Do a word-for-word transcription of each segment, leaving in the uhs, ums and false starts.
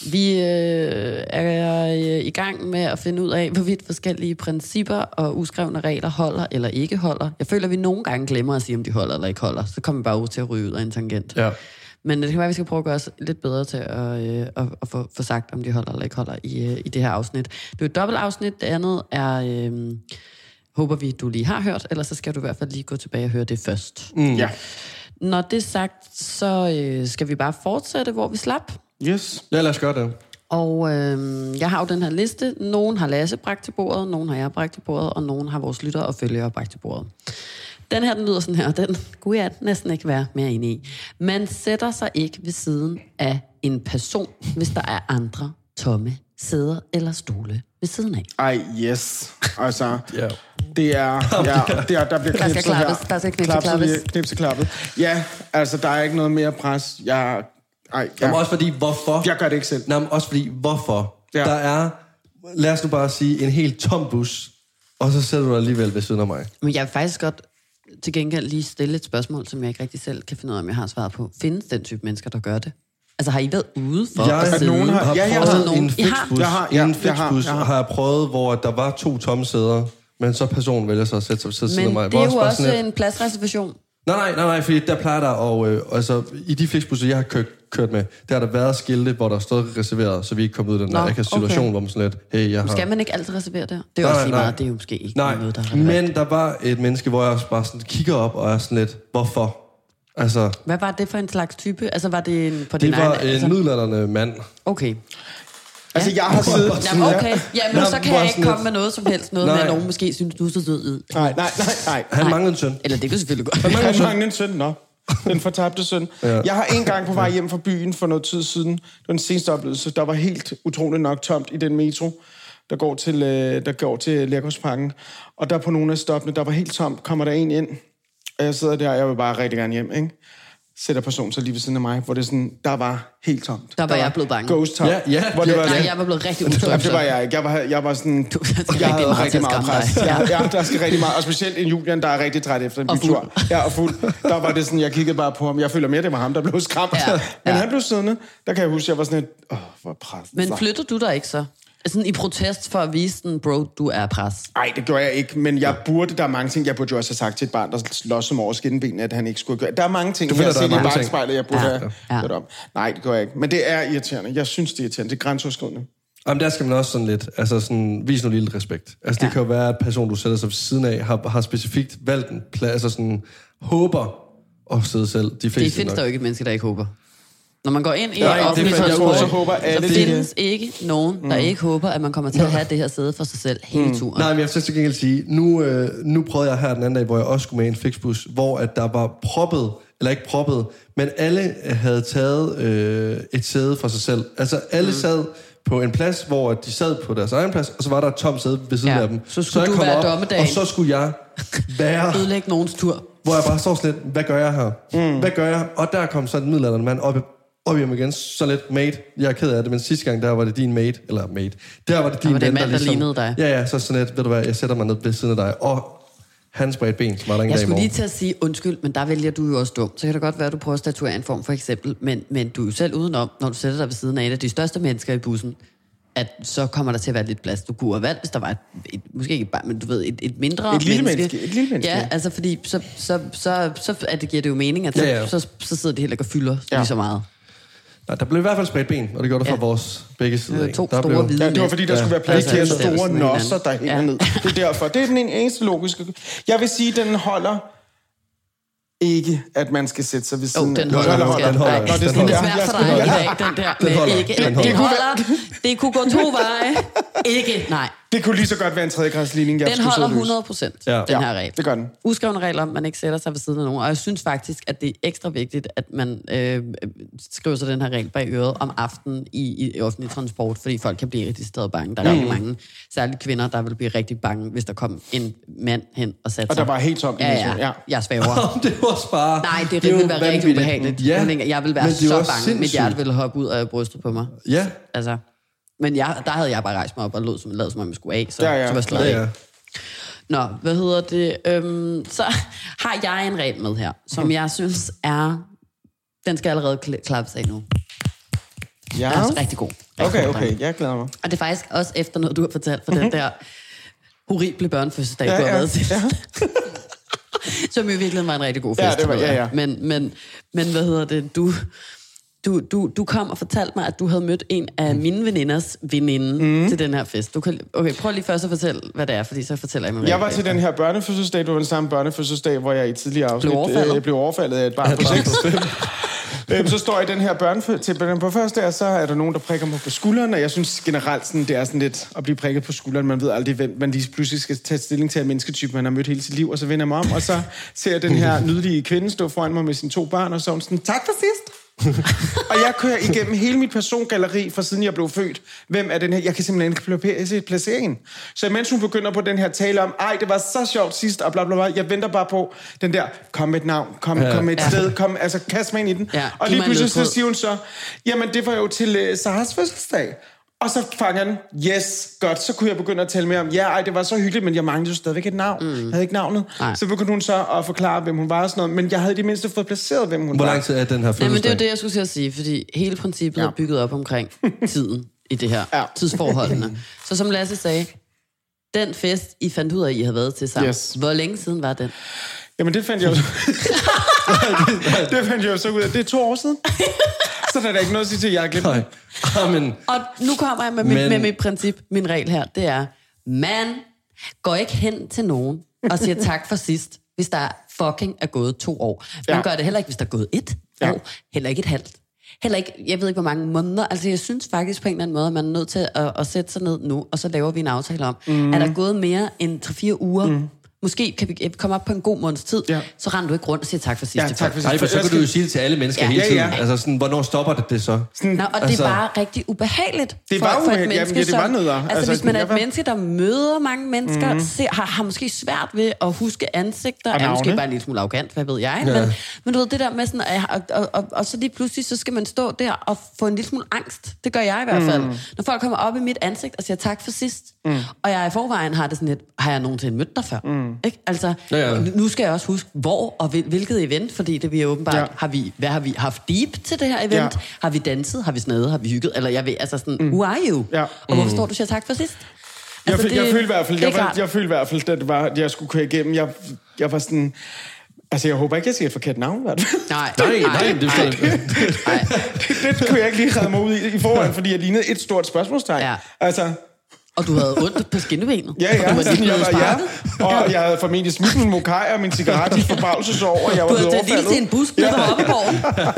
Vi øh, er i gang med at finde ud af, hvorvidt forskellige principper og uskrevne regler holder eller ikke holder. Jeg føler, at vi nogle gange glemmer at sige, om de holder eller ikke holder. Så kommer vi bare ud til at ryge ud af en tangent. Ja. Men det kan være, at vi skal prøve at gøre os lidt bedre til at, øh, at, at få, få sagt, om de holder eller ikke holder i, øh, i det her afsnit. Det er et dobbelt afsnit. Det andet er, øh, håber vi, du lige har hørt, ellers så skal du i hvert fald lige gå tilbage og høre det først. Mm. Ja. Når det er sagt, så øh, skal vi bare fortsætte, hvor vi slap. Yes. Ja, lad os gøre det. Og øh, jeg har jo den her liste. Nogen har Lasse bragt til bordet, nogen har jeg bragt til bordet, og nogen har vores lyttere og følgere bragt til bordet. Den her, den lyder sådan her, og den kunne jeg næsten ikke være mere inde i. Man sætter sig ikke ved siden af en person, hvis der er andre tomme sæder eller stole ved siden af. Ej, yes. Altså, yeah. det er... Ja, det er der bliver der skal klappes, her. Der skal knipse knipse klappet. Ja, altså, der er ikke noget mere pres. Jeg... Ej, ja. Jamen også fordi, hvorfor? Jeg gør det ikke selv. Nej, men også fordi, hvorfor? Ja. Der er, lad os nu bare sige, en helt tom bus, og så sætter du dig alligevel ved siden af mig. Men jeg vil faktisk godt til gengæld lige stille et spørgsmål, som jeg ikke rigtig selv kan finde ud af, om jeg har svaret på. Findes den type mennesker, der gør det? Altså, har I været ude for jeg, at sidde? Nogen har, har ja, jeg prøvet har en flixbus. Jeg har, ja, en flixbus jeg har, har jeg prøvet, hvor der var to tomme sæder, men så personen vælger så at sætte sig ved siden af mig. Men det er jo også sådan en pladsreservation. Nej, nej, nej, nej, fordi der plejer der, og øh, altså, i de flixbusser, jeg har kørt, kørt med, der har der været skilte, hvor der stod reserveret, så vi ikke kom ud i den Nå, der okay. situation, hvor man sådan lidt, hey, jeg har... Skal man ikke altid reservere der? Det er nej, også lige nej. meget, det er jo måske ikke nej, noget, der er men der var et menneske, hvor jeg også bare sådan kigger op, og er sådan lidt, hvorfor? Altså... Hvad var det for en slags type? Altså, var det en på det din var egen... en altså... middelaldrende mand. Okay. Altså, jeg har siddet... Jamen, okay. Jamen, så kan jeg ikke komme lidt... med noget som helst. Noget, med nogen måske synes, du er så sød ud. Nej, nej, nej, nej. Han manglede en søn. Eller det kan selvfølgelig godt. Han manglede en søn, nå. Den fortabte søn. Ja. Jeg har en gang på vej hjem fra byen for noget tid siden, det var den seneste oplevelse, der var helt utroligt nok tomt i den metro, der går til, der går til Lergårdsparken. Og der på nogle af stoppene, der var helt tomt, kommer der en ind, og jeg sidder der, jeg vil bare rigtig gerne hjem, ikke? Sætter personen så lige ved siden af mig, hvor det sådan, der var helt tomt. Der var, der var jeg blevet bange. Ghost town. Ja, ja. Hvor det ja, var, nej, jeg var blevet rigtig utryg. Det var jeg ikke. Jeg var, jeg var sådan... Du, jeg jeg havde meget rigtig meget pres. Ja, ja. ja, der skal rigtig meget. Og specielt en Julian, der er rigtig træt efter en bytur. Ja, og fuld. Der var det sådan, jeg kiggede bare på ham. Jeg føler mere, det var ham, der blev skræmt. Ja, ja. Men han blev siddende. Der kan jeg huske, jeg var sådan et... Åh, hvor pres. Men flytter du dig ikke så? Sådan i protest for at vise den, bro, du er pres. Nej, det gjorde jeg ikke, men jeg burde, der er mange ting, jeg burde jo også have sagt til et barn, der slås som over skinbenene, at han ikke skulle gøre. Der er mange ting, finder, jeg har set i bagspejlet, jeg burde ja. have ja. hørt om. Nej, det gør jeg ikke, men det er irriterende. Jeg synes, det er irriterende. Det er grænseoverskridende. Jamen, der skal man også sådan lidt, altså sådan, vise noget lille respekt. Altså, det ja. kan jo være, at person, du sætter sig ved siden af, har, har specifikt valgt en plads, altså sådan, håber at sidde selv. De det findes der jo ikke et menneske, der ikke håber. Når man går ind i ja, offentlig transport, så håber alle så findes det. Ikke nogen, der mm. ikke håber, at man kommer til at have det her sæde for sig selv hele mm. turen. Nej, men jeg vil til gengæld sige, nu, øh, nu prøvede jeg her den anden dag, hvor jeg også skulle med i en flixbus, hvor at der var proppet, eller ikke proppet, men alle havde taget øh, et sæde for sig selv. Altså alle mm. sad på en plads, hvor de sad på deres egen plads, og så var der et tomt sæde ved siden ja. af dem. Så skulle så du være dommedagen. Og så skulle jeg være... Ødelægge nogens tur. Hvor jeg bare står sådan lidt, hvad gør jeg her? Mm. Hvad gør jeg? Og der kom så en middelalderen mand op, op hjem igen, så lidt mate. Jeg er ked af det, men sidste gang, der var det din mate, eller mate. Der var det din var det ven, mand, der, ligesom, der lignede dig. Ja, ja, så sådan lidt, ved du hvad, jeg sætter mig ned ved siden af dig, og han spredte ben, som var der ingen Jeg dag i skulle morgen. lige til at sige undskyld, men der vælger du jo også dumt. Så kan det godt være, at du prøver at statuere en form for eksempel, men, men du er jo selv udenom, når du sætter dig ved siden af et af de største mennesker i bussen, at så kommer der til at være lidt plads. Du kunne have valgt, hvis der var et, et måske ikke bare, men du ved, et, et mindre et lille menneske. menneske. Et lille menneske. Ja, altså fordi, så, så, så, så, så at det giver det jo mening, at så, ja, ja. så, så sidder det heller ikke og fylder ja. lige så meget. Nej, der blev i hvert fald spredt ben, og det gjorde det fra ja. vores begge sider. To der store hvide. Ja, det var fordi, der ja. skulle være plads til ja. store nosser, der hænger ja. ned. Det er derfor. Det er den eneste logiske. Jeg vil sige, den holder ikke, at man skal sætte sig ved siden af. Oh, den holder. Den holder. Den holder. Nej, det er sådan, det er svært for dig i dag, den der med holder. ikke. Den holder. Den holder. Det kunne gå to veje. Ikke, nej. Det kunne lige så godt være en tredjegradsligning, jeg den skulle holder sidde hundrede procent, ja. den her regel. Det gør den. Uskrevne regler, man ikke sætter sig ved siden af nogen. Og jeg synes faktisk, at det er ekstra vigtigt, at man øh, skriver sig den her regel bag øret om aftenen i, i offentlig transport, fordi folk kan blive rigtig stedet bange. Der er mm. rigtig mange, særligt kvinder, der vil blive rigtig bange, hvis der kom en mand hen og satte sig. Og der var helt tomt. Ja, ja, ja. Jeg svæver. det var bare... Nej, det, det ville være rigtig ubehageligt. Ja. Jeg ville være så bange. Sindssygt. Mit hjerte ville hoppe ud af brystet på mig. Ja. Altså... Men jeg, der havde jeg bare rejst mig op og lød som, lød, som om jeg skulle af, så, ja, ja. så var jeg ja, ja. Nå, hvad hedder det? Øhm, så har jeg en regel med her, som jeg synes er... Den skal allerede klappes af nu. Ja. Den er rigtig god. Rigtig Okay, god okay, dreng. jeg glæder mig. Og det er faktisk også efter noget, du har fortalt for den der horrible børnefødselsdag, Ja, du har ja, været til. ja. Som i virkeligheden var en rigtig god fest. Ja, det var- ja, ja. Men, men, men hvad hedder det? Du, du, du, du kom og fortalte mig, at du havde mødt en af mine veninders veninde mm. til den her fest. Du kan, okay, prøv lige først at fortælle, hvad det er, fordi så fortæller jeg mig. Jeg var til den her børnefødselsdag, det var den samme børnefødselsdag, hvor jeg i tidligere afsnit Blev overfaldet. øh, blev overfaldet af et barn på seks. Øhm, så står jeg i den her børnefødselsdag til på første, og så er der nogen, der prikker mig på skulderen, og jeg synes generelt, sådan, det er sådan lidt at blive prikket på skulderen. Man ved aldrig, hvem man lige pludselig skal tage stilling til af mennesketype, man har mødt hele sit liv, og så vender jeg mig om, og så ser jeg den her nydelige kvinde stå foran mig med sine to børn, og så er hun sådan, tak for sidst. Og jeg kører igennem hele mit persongalleri fra siden jeg blev født. Hvem er den her? Jeg kan simpelthen ikke placere en. Så mens hun begynder på den her tale om, ej, det var så sjovt sidst, og bla bla bla, jeg venter bare på den der, kom med et navn, kom, ja. kom med et ja. sted, kom, altså kast mig ind i den. Ja, og lige pludselig så siger hun så, jamen det var jo til uh, Saras fødselsdag. Og så fanger den, yes, godt, så kunne jeg begynde at tale mere om, ja, ej, det var så hyggeligt, men jeg manglede jo stadigvæk et navn. Mm. Jeg havde ikke navnet. Nej. Så begyndte hun så at forklare, hvem hun var og sådan noget, men jeg havde i det mindste fået placeret, hvem hun Hvor var. lang tid er den her fødselsdag? Nej, men det er jo det, jeg skulle til at sige, fordi hele princippet ja. er bygget op omkring tiden i det her, ja. tidsforholdene. Så som Lasse sagde, den fest, I fandt ud af, I havde været til sammen, yes. hvor længe siden var den? Jamen, det fandt jeg jo det fandt jeg jo så ud af. Det er to år siden. Så der er der ikke noget at sige til, at jeg har glemt det. Amen. Og nu kommer jeg med, men... mit, med mit princip, min regel her, det er, man går ikke hen til nogen og siger tak for sidst, hvis der fucking er gået to år. Man ja. gør det heller ikke, hvis der er gået et ja. år, heller ikke et halvt. Heller ikke, jeg ved ikke, hvor mange måneder. Altså, jeg synes faktisk på en eller anden måde, at man er nødt til at, at sætte sig ned nu, og så laver vi en aftale om, mm. er der gået mere end tre fire uger, mm. måske kan vi komme op på en god måneds tid, ja. så render du ikke rundt og siger tak for sidste. Ja, tak for sidste. Nej, for så kan du jo sige det til alle mennesker ja. hele tiden. Ja, ja. Altså sådan, hvornår stopper det det så? Sådan, Nå, og altså, det er bare rigtig ubehageligt. Det er bare ubehageligt. Jamen, ja, det var noget. Altså, altså, hvis man er et menneske, der møder mange mennesker, mm. ser, har, har måske svært ved at huske ansigter, er måske bare en lille smule arrogant, hvad ved jeg. Ja. Men, men du ved, det der med sådan, og, og, og, og så lige pludselig, så skal man stå der og få en lille smule angst. Det gør jeg i hvert fald. Mm. Når folk kommer op i mit ansigt og siger tak for sidst, mm. og jeg i forvejen har det sådan lidt, har jeg nogensinde mødt dig før? Mm. Ikke? Altså, ja, ja. Nu skal jeg også huske, hvor og hvilket event, fordi det vi er åbenbart, ja. har vi, hvad har vi haft deep til det her event? Ja. Har vi danset? Har vi snadet? Har vi hygget? Eller jeg ved, altså sådan, mm. who are you? Ja. Og hvorfor står du siger tak for sidst? Altså, jeg, det, jeg følte i hvert fald, jeg, var, jeg følte i hvert fald, at det var, at jeg skulle køre igennem. Jeg, jeg var sådan, altså jeg håber ikke, jeg siger et forkert navn, hvad? Nej, nej, nej, nej, det, nej. det, det kunne jeg ikke lige redde mig ud i, i forvejen, fordi jeg lignede et stort spørgsmålstegn. Ja. Altså... Og du havde ondt på skinnebenet. Ja, ja. Og du var lige jeg var, ja. Og jeg havde formentlig smidt min mokai og min cigaret i forbavelsesår, og jeg var du blevet overfaldet. Du havde lige til en busk nede på Hoppeborg.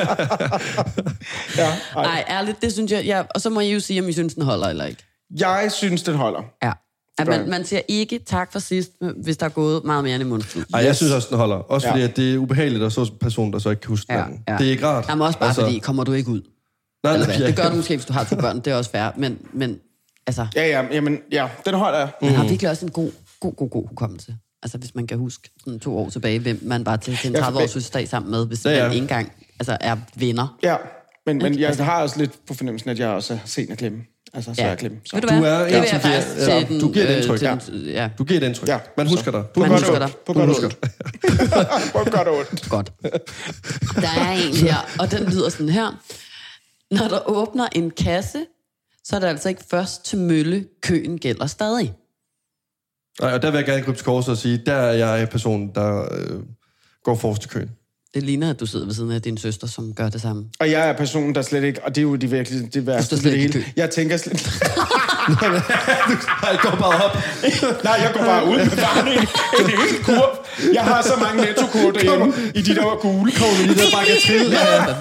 ja, nej, ærligt, det synes jeg, jeg... Og så må I jo sige, om I synes, den holder eller ikke. Jeg synes, den holder. Ja. At man, man siger ikke tak for sidst, hvis der er gået meget mere end i munden. Nej, jeg synes også, den holder. Også fordi, ja. at det er ubehageligt at så en person, der så ikke kan huske ja, ja. Det er ikke rart. Jamen også bare altså... fordi, kommer du ikke ud. Nej, nej, ja. Det gør du måske, hvis du har to børn. Det er også fair, men... men altså, ja, ja, jamen, ja, den holder jeg. Man har virkelig også en god, god, god, god hukommelse. Altså, hvis man kan huske sådan to år tilbage, hvem man var til, til en tredive-års fødselsdag sammen med, hvis ja, ja. man ikke engang altså, er venner. Ja, men, men jeg altså, har også lidt på fornemmelsen, at jeg også er sen at glemme. Altså, så ja. er jeg glemme. Så. Du er en, som giver, ja, du giver et indtryk. Ja. Ja. Du giver et indtryk. Ja. Man husker dig. Man husker dig. På godt og ondt. På godt og ondt. Godt. Der er en her, og den lyder sådan her. Når der åbner en kasse, så er det altså ikke først til mølle, køen gælder stadig. Nej, og der vil jeg gerne krybe til korset og sige, der er jeg personen, der øh, går forrest til køen. Det ligner, at du sidder ved siden af din søster, som gør det samme. Og jeg er personen, der slet ikke, og det er jo det virkelig det værste det hele. Jeg tænker slet... Jeg går bare op. Nej, jeg går bare ud med barnet i en hel kurv. Jeg har så mange nettokurver derhjemme i de der gule. Kommer lige der bare til.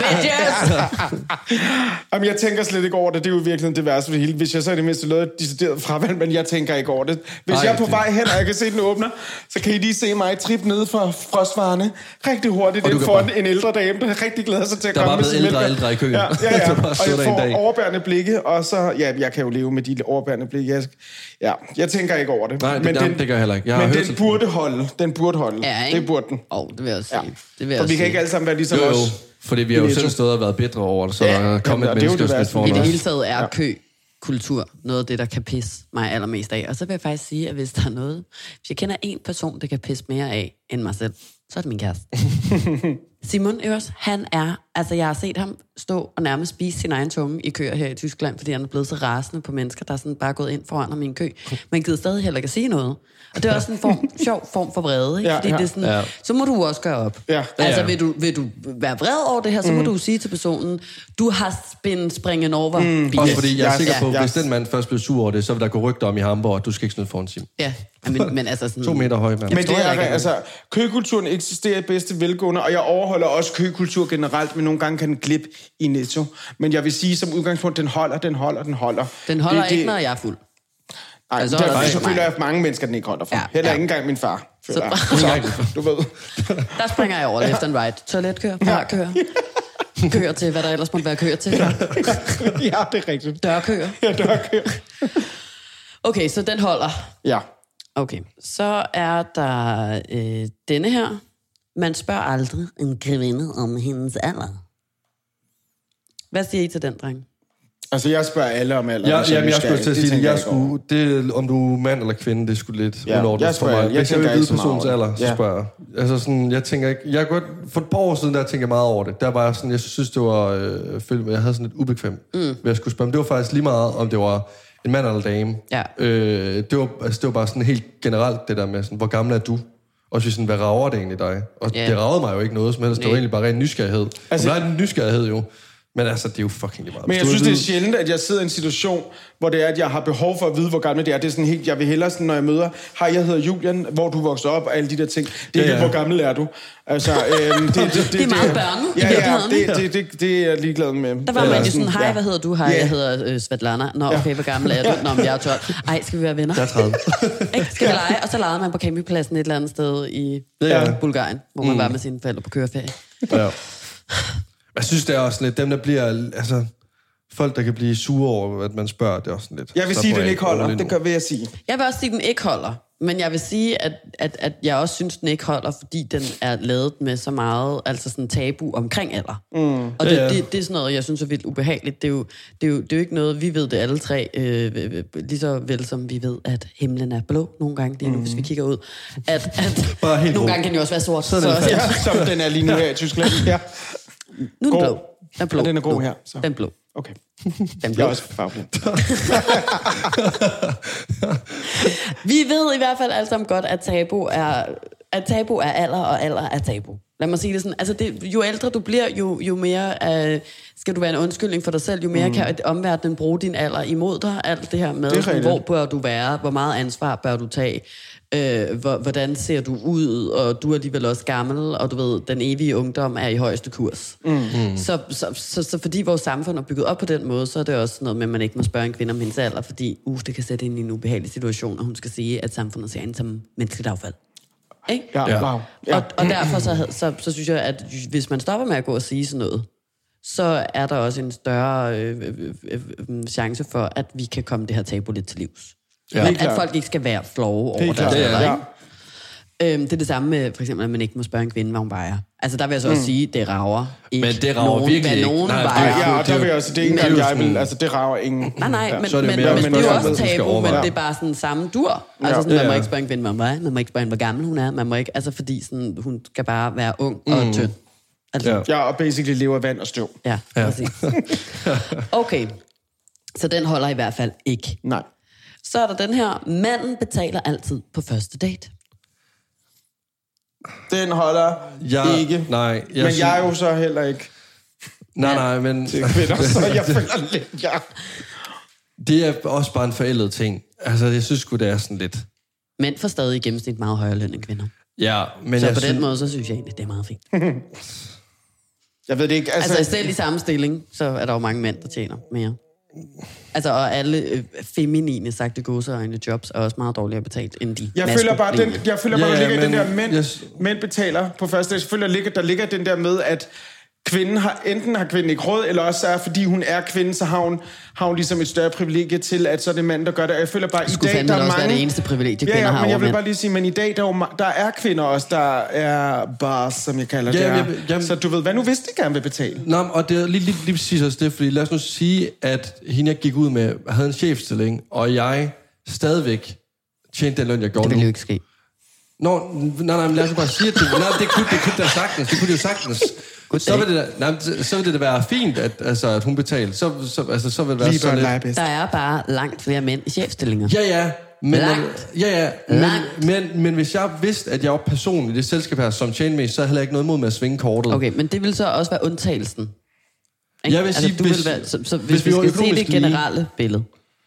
Jamen, jeg tænker slet ikke over det. Det er jo virkelig det værste for det hele. Hvis jeg så er det mindste noget decideret fravalg, men jeg tænker ikke over det. Hvis Ej, jeg er på det. vej hen, og jeg kan se, den åbner, så kan I lige se mig trippe ned fra frostvarerne rigtig hurtigt ind for bare... en ældre dame, der rigtig glæder sig til at der komme med sin ældre, ældre i køen. Ja, ja, ja. Og jeg får overbærende blikke, og så... Ja, jeg kan jo leve med de overbærende blikke. Jeg, ja, jeg tænker ikke over det. Nej, det, men den, det gør jeg heller ikke. Jeg men den burde holde. Den burde holde. Ja, det burde den. Åh, oh, det vil jeg sige. Ja. Det vil jeg For vi sige. kan ikke alle sammen være ligesom jo, jo. os. Fordi vi har jo selv stået og været bedre over det, så ja, der er kommet et menneske og smidt foran os. I det hele taget er kø kultur noget af det, der kan pisse mig allermest af. Og så vil jeg faktisk sige, at hvis der er noget... Hvis jeg kender en person, der kan pisse mere af end mig selv, så er det min kæreste. Simon Øvers, han er... Altså, jeg har set ham stå og nærmest spise sin egen tunge i køer her i Tyskland, fordi han er blevet så rasende på mennesker, der er sådan bare gået ind foran ham i en kø. Men gider stadig heller ikke at sige noget. Og det er også en form, sjov form for vrede, ikke? Ja, Fordi ja. det er sådan, Ja. så må du også gøre op. Ja. Altså, Ja. vil du, vil du være vred over det her, så må Mm. du sige til personen, du har spændt springen over. Mm. Også fordi jeg er Yes. sikker på, Ja. hvis den mand først bliver sur over det, så vil der gå rygter om i Hamburg, at du skal ikke snyde for en sim. Ja, men, men altså sådan... To meter høj, mand. Jeg Men det forstår er, ikke, at- altså, køkulturen eksisterer i bedste velgående, og jeg overholder også køkultur generelt, men nogle gange kan den glippe i Netto. Men jeg vil sige, som udgangspunkt, den holder, den holder, den holder. Den holder det, ikke, det, når jeg er fuld. Nej, altså, der, nej. så føler jeg, at mange mennesker, den ikke holder for. Ja, Ja, Heller ja. ikke engang min far. Så- Føler jeg. Så, du ved. Der springer jeg over left and right. Toiletkører, parkører, kører til, hvad der ellers måtte være kører til. Ja, det er rigtigt. Dørkører. Ja, der kører. Okay, så den holder. Ja. Okay, så er der øh, denne her. Man spørger aldrig en kvinde om hendes alder. Hvad siger I til den, dreng? Altså, jeg spørger alle om alder. Ja, hvis jamen, jeg nysgerrig. skulle til at sige det. tænker Jeg ikke over. skulle, det, om du er mand eller kvinde, det skulle lidt Ja, underordnet jeg for spørger- mig. jeg Hvis jeg tænker vil vide ikke så meget personens over det. alder, så Ja. spørger jeg. Altså sådan, jeg tænker ikke... Jeg godt, for et par år siden, der tænkte jeg meget over det. Der var jeg sådan, jeg synes, det var... Øh, følte, jeg havde sådan lidt ubekvemt, mm. ved at skulle spørge. Men det var faktisk lige meget, om det var en mand eller dame. Ja. Øh, det, var, altså, det var bare sådan helt generelt, det der med, sådan, hvor gammel er du? Og så sådan, hvad rager det egentlig dig? Og Ja. det ragede mig jo ikke noget som helst. Det var Nej. egentlig bare ren nysgerrighed. Altså- Altså, der er en nysgerrighed jo. Men altså, det er jo fucking lige meget. Men jeg Hvis du synes, vil det er vide- sjældent, at jeg sidder i en situation, hvor det er, at jeg har behov for at vide, hvor gammel det er. Det er sådan helt, jeg vil hellere sådan, når jeg møder, hej, jeg hedder Julian, hvor du voksede op, og alle de der ting. Det er Ja, ja, ja. hvor gammel er du? Altså, øhm, det, det, det, Det er meget børne, i Ja, ja, virkeligheden, det, det, det, det er jeg ligeglad med. Der var Eller man jo sådan, hej, ja. hvad hedder du? Hej, Ja. jeg hedder øh, Svetlana. Nå, okay, hvor gammel er du? Nå, men jeg er tolv. Ej, skal vi være venner? Jeg er tredive. Ikke? Skal vi lege? Og så legede man på campingpladsen et eller andet sted i Ja. Bulgarien, hvor man var med sine forældre på køreferie. Ja. Jeg synes, det er også lidt, dem der bliver, altså, folk der kan blive sure over, at man spørger, det er også sådan lidt. Jeg vil så sige, får at den ikke holder. roligt Det nu. gør, vil jeg sige. Jeg vil også sige, at den ikke holder. Men jeg vil sige, at, at, at jeg også synes, den ikke holder, fordi den er lavet med så meget altså sådan tabu omkring alder. Mm. Og det, Ja, ja. det, det er sådan noget, jeg synes er vildt ubehageligt. Det er jo, det er jo, det er jo ikke noget, vi ved det alle tre, øh, lige så vel som vi ved, at himlen er blå nogle gange, lige nu, mm. hvis vi kigger ud. At, at Bare helt nogle ro. gange kan den jo også være sort. Så er den så, Ja, som den er lige nu her i Tyskland. Ja. nu er den Grå. blå. Den er blå. Og den er grå nu. her, så. Den er blå. Okay. Den er Jeg blå. er også farveblind. Vi ved i hvert fald alle sammen godt, at tabu er, at tabu er alder, og alder er tabu. Lad mig sige det sådan. Altså det, jo ældre du bliver, jo, jo mere øh, skal du være en undskyldning for dig selv, jo mere mm. kan omverdenen bruge din alder imod dig. Alt det her med, Det er sådan, rigtigt. hvor bør du være, hvor meget ansvar bør du tage, øh, hvor, hvordan ser du ud, og du er alligevel også gammel, og du ved, den evige ungdom er i højeste kurs. Mm. Så, så, så, så fordi vores samfund er bygget op på den måde, så er det også noget med, at man ikke må spørge en kvinde om hendes alder, fordi uh, det kan sætte hende i en ubehagelig situation, og hun skal sige, at samfundet ser hende som menneskeligt affald. Ikke? Ja, Ja. wow. Ja. Og, og derfor så, havde- så, så synes jeg, at hvis man stopper med at gå og sige sådan noget, så er der også en større øh, øh, øh, øh, chance for, at vi kan komme det her tabu lidt til livs. Ja. Men Helt at klart. folk ikke skal være flove over Helt deres klart. alder, Ja. ikke? Øhm, det er det samme med, for eksempel, at man ikke må spørge en kvinde, hvad hun vejer. Altså, der vil jeg så også Mm. sige, det rager ikke Men det rager nogen, virkelig hvad ikke. nogen Nej, vejer. det er- Ja, og der vil jeg også, det er ikke Men- engang, jeg sådan- vil, altså det rager ingen. Nej, nej, Ja. men, så er det men, mere men, et det er jo spørgsmål, også man skal tabu, men overveje. det er bare sådan samme dur. Altså, sådan, Ja, man må ja. ikke spørge en kvinde, hvad hun vejer, man må ikke spørge hende, hvor gammel hun er, man må ikke, altså fordi sådan, hun skal bare være ung og Mm. tynd. Altså, Ja. Ja, og basically lever af vand og støv. Ja, Ja. præcis. Okay, så den holder i hvert fald ikke. Nej. Så er der den her, manden betaler altid på første date. Den holder Jeg- ikke. nej, jeg men synes- jeg er jo så heller ikke Nej, nej, men til kvinder, så jeg føler lidt, ja. det er også bare en forældet ting. Altså, jeg synes sgu, det er sådan lidt... Mænd får stadig i gennemsnit meget højere løn end kvinder. Ja, men Så jeg på den synes... måde, så synes jeg egentlig, det er meget fint. Jeg ved det ikke. Altså, Altså selv i samme stilling, så er der jo mange mænd, der tjener mere. Altså, og alle øh, feminine, sagte gåseøjne jobs er også meget dårligere betalt end de jeg føler bare, den, maskuline. jeg føler bare, Ja, der ja, ligger i den men der, mænd, jeg- mænd betaler på første dag. Jeg føler, der ligger, der ligger den der med, at kvinden har, enten har kvinden ikke råd, eller også er, fordi hun er kvinde, så har hun, har hun ligesom et større privilegie til, at så er det mand, der gør det. Og jeg føler bare, Det i skulle dag, fandme der er også mange... være det eneste privilegie, Ja, kvinder ja, har men over jeg vil mænd. bare lige sige, men i dag, der er, jo, ma- der er kvinder også, der er bars, som jeg kalder det. Ja, er. jamen, jamen- Så du ved, hvad nu hvis de gerne vil betale? Nå, og det er lige, lige, lige præcis også det, fordi lad os nu sige, at hende, jeg gik ud med, havde en chefstilling, og jeg stadigvæk tjente den løn, jeg gjorde Det nu. vil jo ikke ske. Nå, nej, nej, men lad os bare sige, at det, nej, det kunne det kunne da sagtens, det kunne det jo sagtens. så vil det da, nej, så vil det da være fint, at, altså, at hun betaler. Så, så, altså, så vil det være Lige så børn lidt. Der er bare langt flere mænd i chefstillinger. Ja, ja. Men, Langt. Ja, ja. Men, Langt. men, men hvis jeg vidste, at jeg var person i det selskab her, som tjener mest, så havde jeg ikke noget imod med at svinge kortet. Okay, men det vil så også være undtagelsen. Ikke? Jeg vil sige, altså, du hvis- vil være, så, så, hvis, hvis vi vi var skal se det økonomisk lige- generelle billede.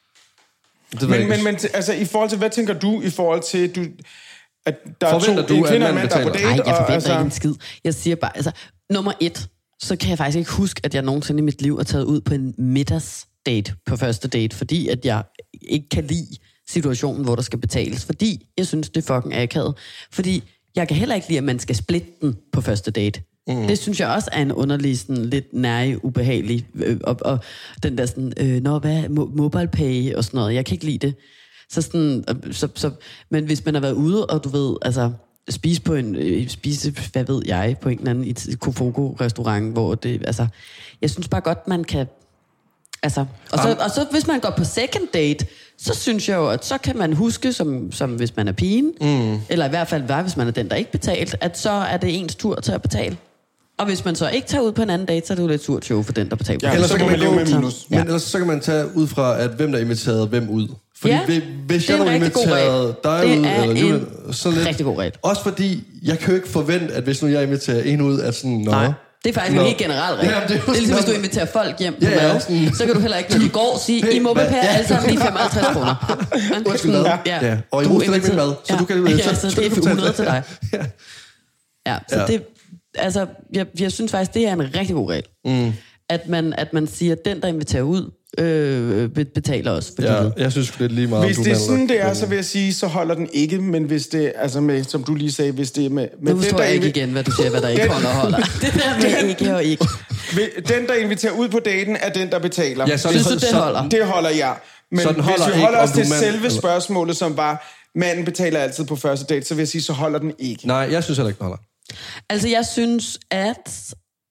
Det ved Men, jeg men, ikke. men t- altså, i forhold til, hvad tænker du i forhold til, du, at der Forventer er to, du, en at kvinde og en manden mand, der er på betaler? date? Nej, jeg forventer og, altså, ikke en skid. Jeg siger bare, altså, nummer et, så kan jeg faktisk ikke huske, at jeg nogensinde i mit liv er taget ud på en middagsdate på første date, fordi at jeg ikke kan lide situationen, hvor der skal betales, fordi jeg synes, det er fucking akavet. Fordi jeg kan heller ikke lide, at man skal splitte den på første date. Mm. Det synes jeg også er en underlig, sådan lidt nærig, ubehagelig, øh, og, og den der sådan, øh, nå, hvad, mo- mobile pay og sådan noget, jeg kan ikke lide det. Så sådan, øh, så, så, men hvis man har været ude, og du ved, altså, spise på en, øh, spise, hvad ved jeg, på en eller anden Kofoko-restaurant, hvor det, altså, jeg synes bare godt, man kan, altså, og så, og så hvis man går på second date, så synes jeg jo, at så kan man huske, som, som hvis man er pigen, mm. eller i hvert fald var, hvis man er den, der ikke betalt, at så er det ens tur til at betale. Og hvis man så ikke tager ud på en anden date, så er det jo lidt surt show for den, der betaler. Ja, Ellers så så kan man gå- leve med minus. Men Ja. ellers så kan man tage ud fra, at hvem der inviterede hvem ud. Fordi Ja, hvis- hvis det er jeg nu en rigtig god inviterede dig regel. ud, Det er eller en Julian, så lidt, rigtig god regel. Også fordi, jeg kan jo ikke forvente, at hvis nu jeg inviterer en ud, at sådan, nå. Nej, det er faktisk Nå. en helt generel regel. Ja, Ja, det er det, jo det er ligesom, sådan, hvis du inviterer folk hjem på Ja, ja, mad, sådan- så kan du heller ikke, når de går, sige, I må Hvad? bepære Ja. alle sammen lige femoghalvtreds kroner. Undskyld, hvad? Ja. Og I Du bruger stadig ikke min inviterer- mad, så ja. du kan- Ja, så- så så det kan er du hundrede betale. til dig. Ja. Ja, så Ja. det, altså, jeg, jeg synes faktisk, det er en rigtig god regel. Mm. At, man, at man siger, at den, der inviterer ud, øh, betaler også for Ja, livet. jeg synes sgu, det er lige meget, Hvis om du det er melder sådan, dig. det er, så vil jeg sige, så holder den ikke. Men hvis det, altså med, som du lige sagde, hvis det er med... med Nu forstår den, jeg ikke invi- igen, hvad du siger, hvad der ikke Den- holder og holder. Det der med ikke og ikke. Den, der inviterer ud på daten, er den, der betaler. Ja, så, Synes du, det så, holder? Det holder jeg. Men Så den holder hvis vi ikke, holder os om du til er mand, selve eller? spørgsmålet, som var, manden betaler altid på første date, så vil jeg sige, så holder den ikke. Nej, jeg synes heller ikke, den holder. Altså, jeg synes, at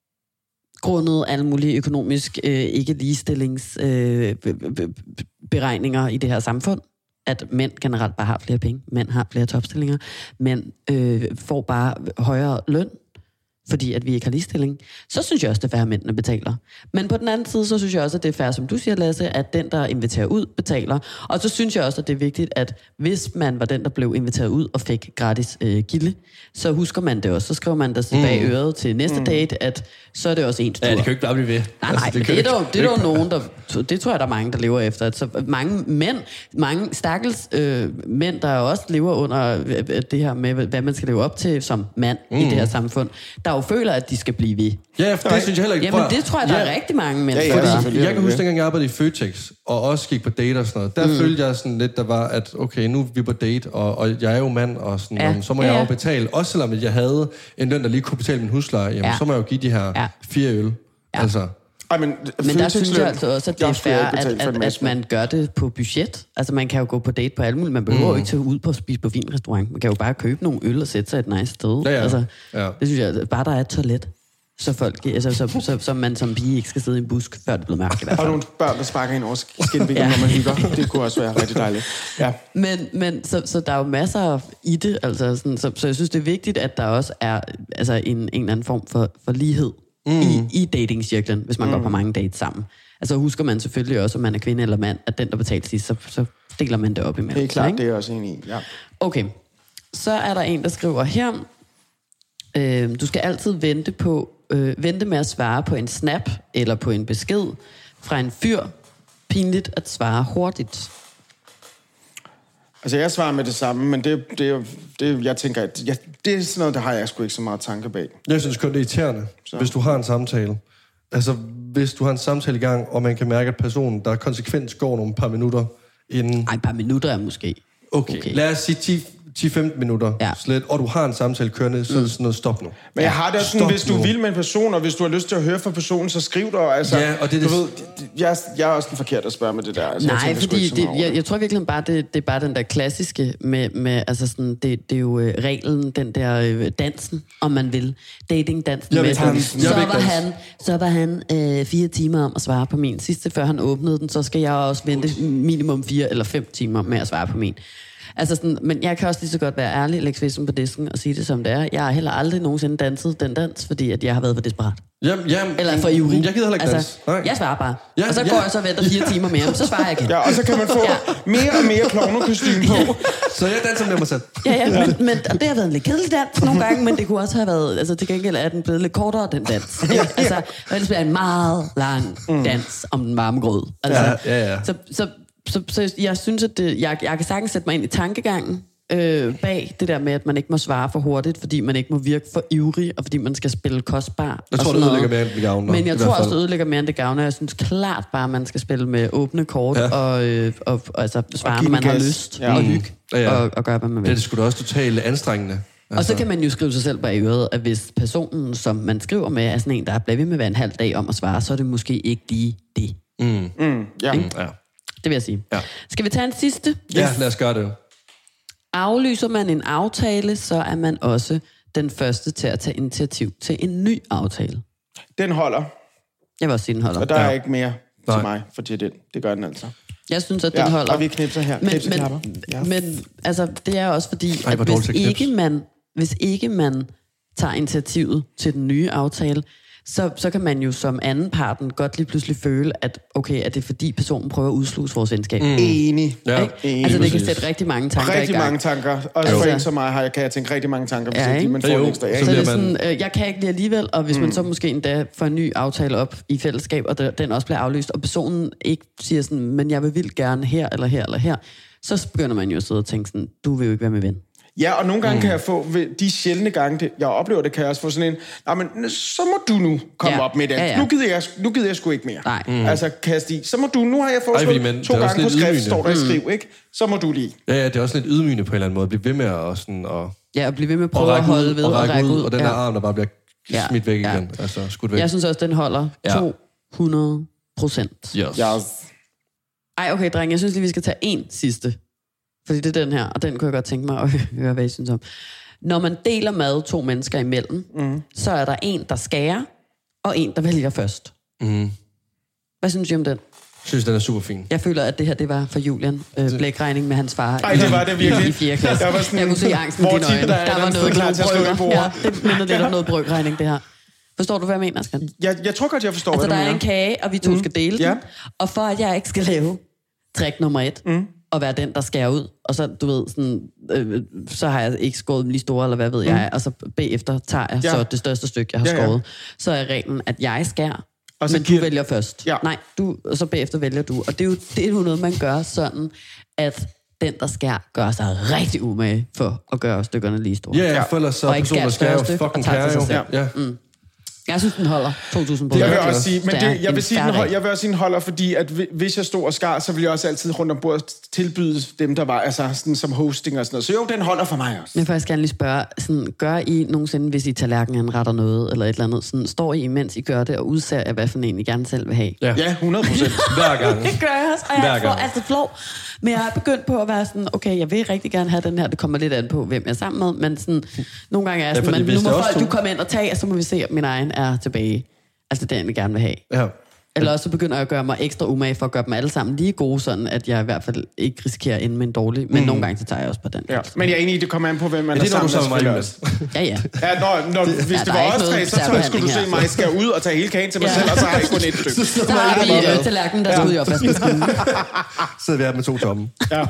grundet alle mulige økonomisk øh, ikke ligestillings øh, be- be- beregninger i det her samfund, at mænd generelt bare har flere penge, mænd har flere topstillinger, mænd øh, får bare højere løn, fordi at vi ikke har ligestilling, så synes jeg også, det er fair, at mændene betaler. Men på den anden side, så synes jeg også, at det er fair, som du siger, Lasse, at den, der inviterer ud, betaler. Og så synes jeg også, at det er vigtigt, at hvis man var den, der blev inviteret ud og fik gratis øh, gilde, så husker man det også. Så skriver man der bag mm. øret til næste mm. date, at så er det også ens tur. Ja, det kan jo ikke bare blive ved. Nej, nej, altså, det, det, er der, det er der nogen, der... Det tror jeg, der er mange, der lever efter. Altså, mange mænd, mange stakkels øh, mænd, der også lever under øh, det her med, hvad man skal leve op til som mand mm. i det her samfund, der jo føler, at de skal blive ved. Ja, for det synes jeg heller ikke. Jamen, Prøv- det tror jeg, der Ja, er rigtig mange mænd, Ja, ja, der gør. selvfølgelig. Jeg kan huske, det. dengang jeg arbejdede i Føtex, og også gik på date og sådan noget, der mm. følte jeg sådan lidt, der var, at okay, nu er vi på date, og, og jeg er jo mand, og sådan, Ja. ja. så må Ja, jeg ja. jo betale. Også selvom jeg havde en løn, der lige kunne betale min husleje, jamen, Ja. så må jeg jo give de her Ja. fire øl. Ja. Altså, Ej, men Men der synes jeg altså også, at det er fair, at, at, at, at man gør det på budget. Altså, man kan jo gå på date på alle mulige. Man behøver jo ikke tage ud på at spise på finrestaurant. Man kan jo bare købe nogle øl og sætte sig et nice sted. Ja, ja. Altså, Ja. det synes jeg, bare der er et toilet. Så, folk, altså, så, så, så man som pige ikke skal sidde i en busk, før det bliver mørkt i hvert Har fald. du nogle børn, der sparker ind over skinbenet, Ja. når man hygger? Det kunne også være rigtig dejligt. Ja. Men, men så, så der er jo masser i det, altså sådan, så, så jeg synes, det er vigtigt, at der også er altså en, en eller anden form for, for lighed mm. i, i datingcirklen, hvis man mm. går på mange dates sammen. Altså husker man selvfølgelig også, om man er kvinde eller mand, at den, der betaler sidst, så, så deler man det op imellem. Det er klart, ikke? det er jeg også enig i. Ja. Okay, så er der en, der skriver her, øh, du skal altid vente på øh, vente med at svare på en snap eller på en besked fra en fyr. Pinligt at svare hurtigt. Altså, jeg svarer med det samme, men det, det, det jeg tænker, at jeg, det er sådan noget, der har jeg sgu ikke så meget tanke bag. jeg synes kun, det er irriterende, så. Hvis du har en samtale. Altså, hvis du har en samtale i gang, og man kan mærke, at personen, der konsekvent går nogle par minutter inden... Ej, et par minutter er måske. Okay, okay. Lad os sige ti til femten minutter Ja. slet, og du har en samtale kørende, så er det sådan noget, stop nu. Men jeg har det også sådan, Stop hvis du nu. vil med en person, og hvis du har lyst til at høre fra personen, så skriv dig. Altså, Ja, og det er du det- ved, jeg, jeg er også den forkerte at spørge med det der. Altså, jeg Nej, tænker sgu fordi ikke så det, meget over jeg, jeg tror virkelig bare, det, det er bare den der klassiske med, med altså sådan, det, det er jo øh, reglen, den der øh, dansen, om man vil. Dating-dansen. Jeg med vil sådan, danse. Jeg så, vil ikke var danse. han, så var han øh, fire timer om at svare på min sidste, før han åbnede den, så skal jeg også vente minimum fire eller fem timer med at svare på min. Altså sådan, men jeg kan også lige så godt være ærlig, lægge svisen på disken og sige det som det er. Jeg har heller aldrig nogensinde danset den dans, fordi at jeg har været for desperat. Jamen, jamen, Eller for ivrig. Jeg gider heller ikke altså, dans. Jeg svarer bare. Ja, og så ja. går jeg så og venter fire timer mere, så svarer jeg igen. Ja, og så kan man få ja. mere og mere klovnekostyme på. Så jeg danser med mig selv. Ja, ja, men, men og det har været en lidt kedelig dans nogle gange, men det kunne også have været, altså til gengæld er den blevet lidt kortere, den dans. Ja, altså, det bliver en meget lang dans om den varme grød. Altså, Ja, ja, ja. Så, så, så, så jeg synes, at det, jeg, jeg kan sagtens sætte mig ind i tankegangen, Øh, bag det der med, at man ikke må svare for hurtigt, fordi man ikke må virke for ivrig, og fordi man skal spille kostbar. Jeg tror, det ødelægger mere, end det gavner. Men jeg tror også, det ødelægger mere, end det gavner. Jeg synes klart bare, at man skal spille med åbne kort, ja. og, øh, og, og altså svare, når man har lyst, ja. og hygge, ja, ja. Og, og gøre, hvad man vil. Ja, det skulle da også totalt anstrengende. Altså. Og så kan man jo skrive sig selv bag øret, at hvis personen, som man skriver med, er sådan en, der er blevet ved med at være en halv dag om at svare, så er det måske ikke lige det. Mm. Mm, ja. Mm, ja. Det vil jeg sige. Ja. Skal vi tage en sidste? Ja, lad os gøre det. Aflyser man en aftale, så er man også den første til at tage initiativ til en ny aftale. Den holder, Jeg vil også sige, den holder. og der er Ja. ikke mere til Nej. mig for det. Det gør den altså. Jeg synes, at den Ja, holder. og vi knipser her. Men, Knipseknapper. men, Ja. men altså, det er også fordi, Ej, at hvor dårligt hvis til knips. ikke, man, hvis ikke man tager initiativet til den nye aftale, så, så kan man jo som anden parten godt lige pludselig føle, at okay, at det er fordi personen prøver at udsluse vores venskab. Mm. Enig. Ja. Ikke? Enig. Altså, det kan Præcis. sætte rigtig mange tanker i Rigtig gang. mange tanker. Også for Altså- en som mig har jeg, kan jeg tænke rigtig mange tanker, hvis Ja, ikke ikke? man får Ja, jo. en ekstra. Ja, Så Så ikke? det er bliver sådan, øh, jeg kan ikke lige alligevel, og hvis mm. man så måske endda får en ny aftale op i fællesskab, og den også bliver aflyst, og personen ikke siger sådan, men jeg vil vildt gerne her, eller her, eller her, så begynder man jo at sidde og tænke sådan, du vil jo ikke være med ven. Ja, og nogle gange mm. kan jeg få, ved de sjældne gange, det, jeg oplever det, kan jeg også få sådan en, nej, men så må du nu komme Ja. op med det. Ja, ja. Nu, gider jeg, nu gider jeg sgu ikke mere. Nej. Mm. Altså, kaste i. Så må du, nu har jeg fået Ej, Ej, men to det er også gange på lidt skrift, ydmygende. står der i skriv, ikke? Så må du lige. Ja, ja, det er også lidt ydmygende på en eller anden måde. At blive ved med at, sådan, og, Ja, og blive ved med at og prøve at række holde ud, ved og og række række ud, ud. og den ja. der arm, der bare bliver Ja. smidt væk Ja. igen. Altså, skudt væk. Jeg synes også, den holder Ja. to hundrede procent. Yes. Yes. Ej, okay, dreng, jeg synes lige, vi skal tage en sidste. Fordi det er den her, og den kunne jeg godt tænke mig at høre, hvad I synes om. Når man deler mad to mennesker imellem, mm. så er der en, der skærer, og en, der vælger først. Mm. Hvad synes I om den? Jeg synes, den er super fin. Jeg føler, at det her, det var for Julian. Øh, blækregning med hans far. Ej, det var det virkelig. I, i fjerde klasse. Jeg var sådan, jeg kunne se angsten i hvor dine øjne. tippet der er Der et var andet noget sted klar til at slå i blodbrygger. bordet. Ja, det minder lidt om noget brygregning, det her. Forstår du, hvad jeg mener, Askan? Jeg, jeg tror godt, jeg forstår, Altså, hvad der du er mener. en kage, og vi to mm. skal dele Ja. den. Og for at jeg ikke skal lave trick nummer et, mm. og være den, der skærer ud, og så, du ved, sådan, øh, så har jeg ikke skåret dem lige store, eller hvad ved mm. jeg, og så bagefter tager jeg Ja. så det største stykke, jeg har Ja, ja. skåret. Så er reglen, at jeg skærer, Og så men giver- du vælger først. Ja. Nej, du, og så bagefter vælger du. Og det er jo, det er jo noget, man gør sådan, at den, der skærer, gør sig rigtig umage for at gøre stykkerne lige store. Ja, ja, for ellers så Og er ikke personen, der skære skal jo største, fucking og tager til kære sig jo. selv. Ja. Mm. Jeg synes, den holder to tusind på. Jeg vil Det er også sige, men Det er det, jeg en vil sige, den hverdag. hold, jeg vil også sige, den holder, fordi at hvi- hvis jeg stod og skar, så ville jeg også altid rundt om bordet tilbyde dem, der var altså, sådan, som hosting og sådan noget. Så jo, den holder for mig også. Jeg vil faktisk gerne lige spørge, sådan, gør I nogensinde, hvis I tallerkenen retter noget, eller et eller andet, sådan, står I, mens I gør det, og udser af, hvad for en I gerne selv vil have? Ja. Ja, hundrede procent. Hver gang. Det gør jeg også, og jeg Hver er gang. altid flov. Men jeg er begyndt på at være sådan, okay, jeg vil rigtig gerne have den her, det kommer lidt an på, hvem jeg er sammen med, men sådan, nogle gange er jeg Ja, sådan, fordi men hvis nu må det er os folk, to- du komme ind og tage, og så må vi se, om min egen er tilbage. Altså, det er jeg gerne vil have. Ja. Eller også så begynder jeg at gøre mig ekstra umage for at gøre dem alle sammen lige gode, sådan at jeg i hvert fald ikke risikerer at ende med en dårlig. Men mm. nogle gange så tager jeg også på den. Ja. Men jeg er enig i, det kommer an på, hvem man Men det er, når du sammen sammen med mig, selvfølgelig Jonas. også. Ja, ja. Ja, når, når, hvis Ja, det der er var ikke os noget tre, så tror jeg, særbehandling skulle du se her, mig skære ud og tage hele kagen til mig Ja. selv, og så har jeg kun et stykke. Så har vi øh, tallerkenen, der skal ud i opvaskemaskinen. Så vi er med to tomme. Ja.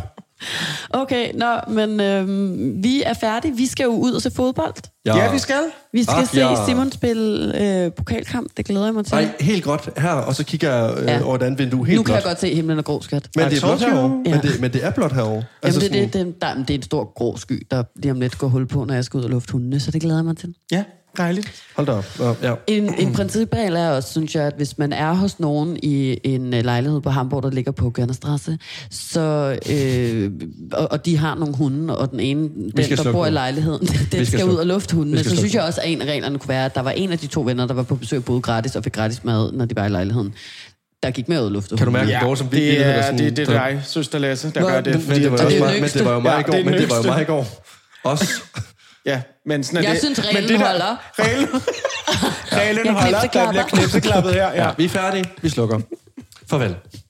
Okay, nå, men øhm, vi er færdige. Vi skal jo ud og se fodbold. Ja, vi skal. Vi skal Ach, se ja. Simon spille øh, pokalkamp. Det glæder jeg mig til. Nej, helt godt her, og så kigger jeg øh, Ja. over et andet vindue. Helt Nu kan blot. jeg godt se himlen og grå, skat. Men det er blot herovre. Ja. Men, det, men det er blot herovre. Jamen, det, sådan- det, det, der, det er en stor grå sky, der lige om lidt går hul på, når jeg skal ud og lufte hundene, så det glæder jeg mig til. Ja, dejligt. Hold da op. Nå, ja. En, en principregel er også, synes jeg, at hvis man er hos nogen i en øh, lejlighed på Hamburg, der ligger på Gørnerstrasse, så, øh, og, og de har nogle hunde, og den ene, den, der slukke bor i dem. lejligheden, den skal, skal ud slukke. og lufte hundene, Vi så skal synes slukke jeg også, at en af reglerne kunne være, at der var en af de to venner, der var på besøg, boede gratis og fik gratis mad, når de var i lejligheden. Der gik med ud og lufte Kan du hundene. mærke, Ja, går som det er, sådan, det, det er dig, søster Lasse, der Nå, gør det. Men Fordi det var, at- også det er mig, men det var jo mig Ja, i går. det er Men det var jo nøgste. mig i går. Også. Ja, men sådan er Jeg det. synes, Men reglen det der- holder. Reglen, reglen Jeg holder, der knipseklapper. bliver knipseklappet her. Ja. Ja, vi er færdige. Vi slukker. Farvel.